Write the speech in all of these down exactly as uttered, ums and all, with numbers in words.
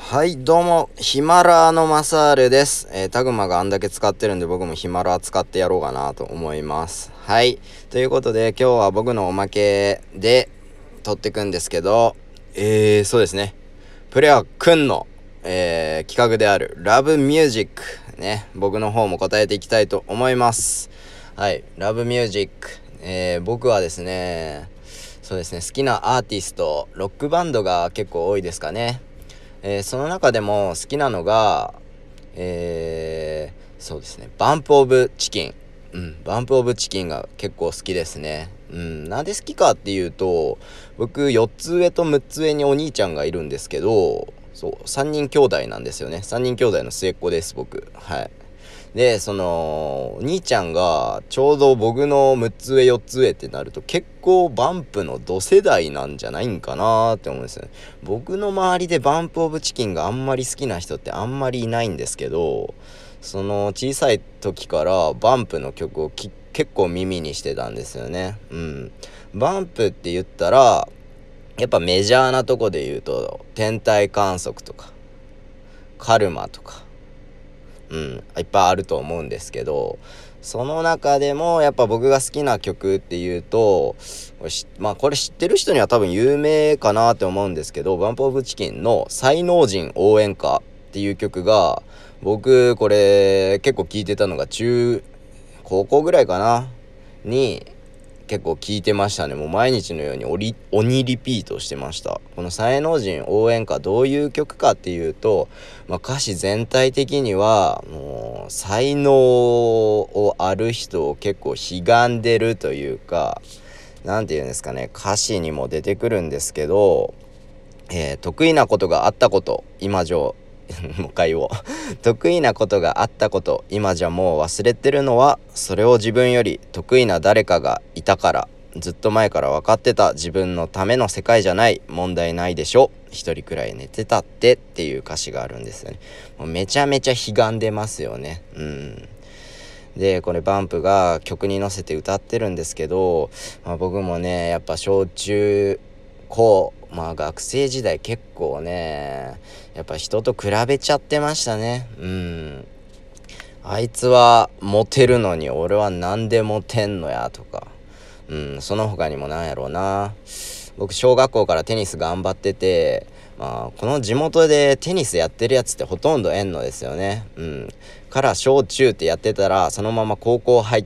はい、どうも、ヒマラーのマサールです。えー、タグマがあんだけ使ってるんで、僕もヒマラー使ってやろうかなと思います。はい。ということで、今日は僕のおまけで撮ってくんですけど、えー、そうですね。プレアくんの、えー、企画である、ラブミュージック。ね、僕の方も答えていきたいと思います。はい、ラブミュージック。えー、僕はですね、そうですね、好きなアーティスト、ロックバンドが結構多いですかね。えー、その中でも好きなのが、えー、そうですね、バンプオブチキン。うん、バンプオブチキンが結構好きですね。うん、なんで好きかっていうと、僕よっつ上とむっつ上にお兄ちゃんがいるんですけど、そうさんにん兄弟なんですよね。さんにん兄弟の末っ子です、僕。はい。で、その、お兄ちゃんがちょうど僕のむっつ上よっつ上ってなると結構バンプの同世代なんじゃないんかなって思うんですよね。僕の周りでバンプオブチキンがあんまり好きな人ってあんまりいないんですけど、その小さい時からバンプの曲をき結構耳にしてたんですよね。うん。バンプって言ったら、やっぱメジャーなとこで言うと、天体観測とか、カルマとか、うん、いっぱいあると思うんですけど、その中でもやっぱ僕が好きな曲っていうと、これまあこれ知ってる人には多分有名かなって思うんですけど、バンプオブチキンの才能人応援歌っていう曲が、僕これ結構聴いてたのが中高校ぐらいかなに結構聞いてましたね。もう毎日のように鬼鬼リピートしてました。この才能人応援歌どういう曲かっていうと、まあ、歌詞全体的にはもう才能をある人を結構ひがんでるというか、なんていうんですかね、歌詞にも出てくるんですけど、えー得意なことがあったこと、今上もう一回言おう得意なことがあったこと、今じゃもう忘れてるのは、それを自分より得意な誰かがいたから。ずっと前から分かってた、自分のための世界じゃない、問題ないでしょ、一人くらい寝てたってっていう歌詞があるんですよね。もうめちゃめちゃひがんでますよね。うんでこれバンプが曲に乗せて歌ってるんですけど、まあ、僕もねやっぱ小中高まあ学生時代結構ねやっぱ人と比べちゃってましたね。うんあいつはモテるのに俺はなんでモテんのやとか、うんその他にもなんやろうな、僕小学校からテニス頑張ってて、まあこの地元でテニスやってるやつってほとんどえんのですよね。うんから小中ってやってたらそのまま高校入って、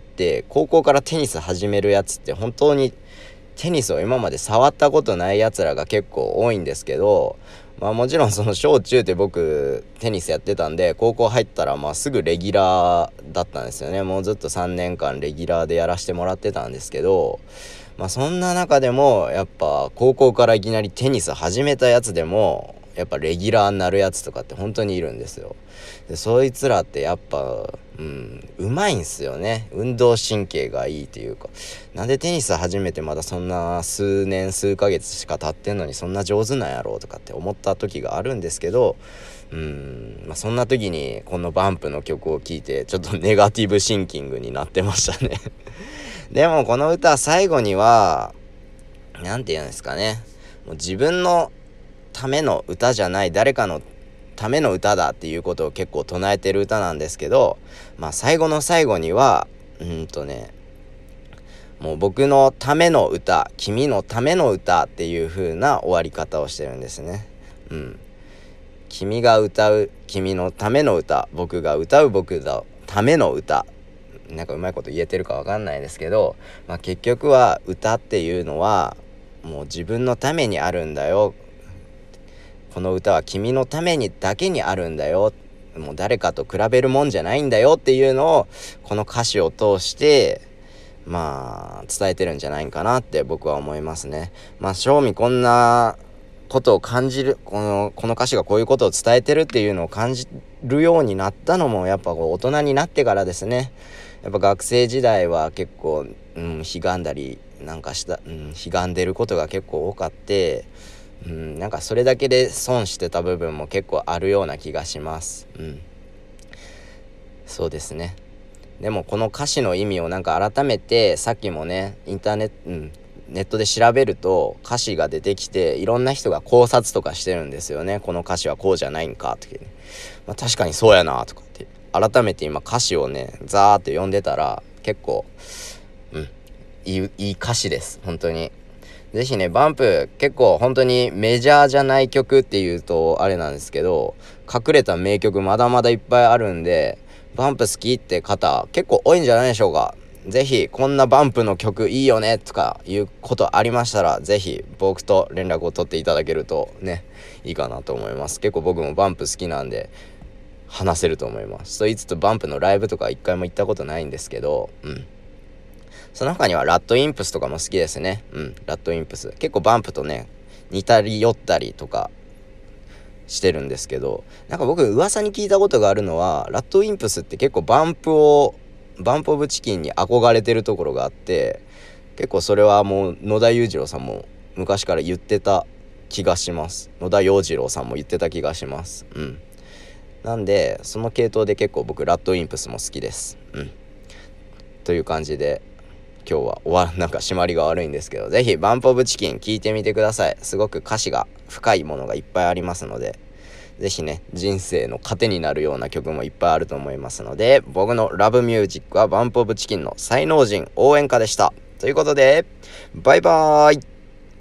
高校からテニス始めるやつって本当にテニスを今まで触ったことないやつらが結構多いんですけど、まあもちろんその小中って僕テニスやってたんで、高校入ったらまあすぐレギュラーだったんですよね。もうずっとさんねんかんレギュラーでやらせてもらってたんですけど、まあそんな中でもやっぱ高校からいきなりテニス始めたやつでもやっぱレギュラーになるやつとかって本当にいるんですよ。でそいつらってやっぱうんうまいんすよね。運動神経がいいというか、なんでテニス始めてまだそんな数年数ヶ月しか経ってんのにそんな上手なんやろうとかって思った時があるんですけど、うん、まあ、そんな時にこのバンプの曲を聴いてちょっとネガティブシンキングになってましたねでもこの歌最後にはなんて言うんですかね、もう自分のための歌じゃない、誰かのための歌だっていうことを結構唱えてる歌なんですけど、まあ最後の最後にはうんとねもう僕のための歌、君のための歌っていう風な終わり方をしてるんですね。うん君が歌う君のための歌、僕が歌う僕のための歌、なんかうまいこと言えてるかわかんないですけど、まあ、結局は歌っていうのはもう自分のためにあるんだよ、この歌は君のためにだけにあるんだよ、もう誰かと比べるもんじゃないんだよっていうのをこの歌詞を通してまあ伝えてるんじゃないかなって僕は思いますね。まあ正味こんなことを感じる、このこの歌詞がこういうことを伝えてるっていうのを感じるようになったのもやっぱこう大人になってからですね。やっぱ学生時代は結構うんひがんだりなんかしたうんひがんでることが結構多かって、うんなんかそれだけで損してた部分も結構あるような気がします。うんそうですね。でもこの歌詞の意味をなんか改めてさっきもねインターネット、うん、 ネットで調べると歌詞が出てきて、いろんな人が考察とかしてるんですよね。この歌詞はこうじゃないんかって、ね、まあ、確かにそうやなとかって改めて今歌詞をねザーって読んでたら結構うんいいいい歌詞です。本当にぜひね、バンプ結構本当にメジャーじゃない曲っていうとあれなんですけど、隠れた名曲まだまだいっぱいあるんで、バンプ好きって方結構多いんじゃないでしょうか。ぜひこんなバンプの曲いいよねとかいうことありましたら、ぜひ僕と連絡を取っていただけるとねいいかなと思います。結構僕もバンプ好きなんで話せると思います。と言いつつバンプのライブとか一回も行ったことないんですけど、うんその他にはラッドインプスとかも好きですね。うんラッドインプス結構バンプとね似たり寄ったりとかしてるんですけど、なんか僕噂に聞いたことがあるのは、ラッドインプスって結構バンプをバンプオブチキンに憧れてるところがあって、結構それはもう野田裕次郎さんも昔から言ってた気がします。野田洋次郎さんも言ってた気がします。うんなんでその系統で結構僕ラッドインプスも好きです。うんという感じで今日は終わなんか締まりが悪いんですけど、ぜひバンプオブチキン聞いてみてください。すごく歌詞が深いものがいっぱいありますので、ぜひね人生の糧になるような曲もいっぱいあると思いますので、僕のラブミュージックはバンプオブチキンの才能人応援歌でした。ということでバイバーイ。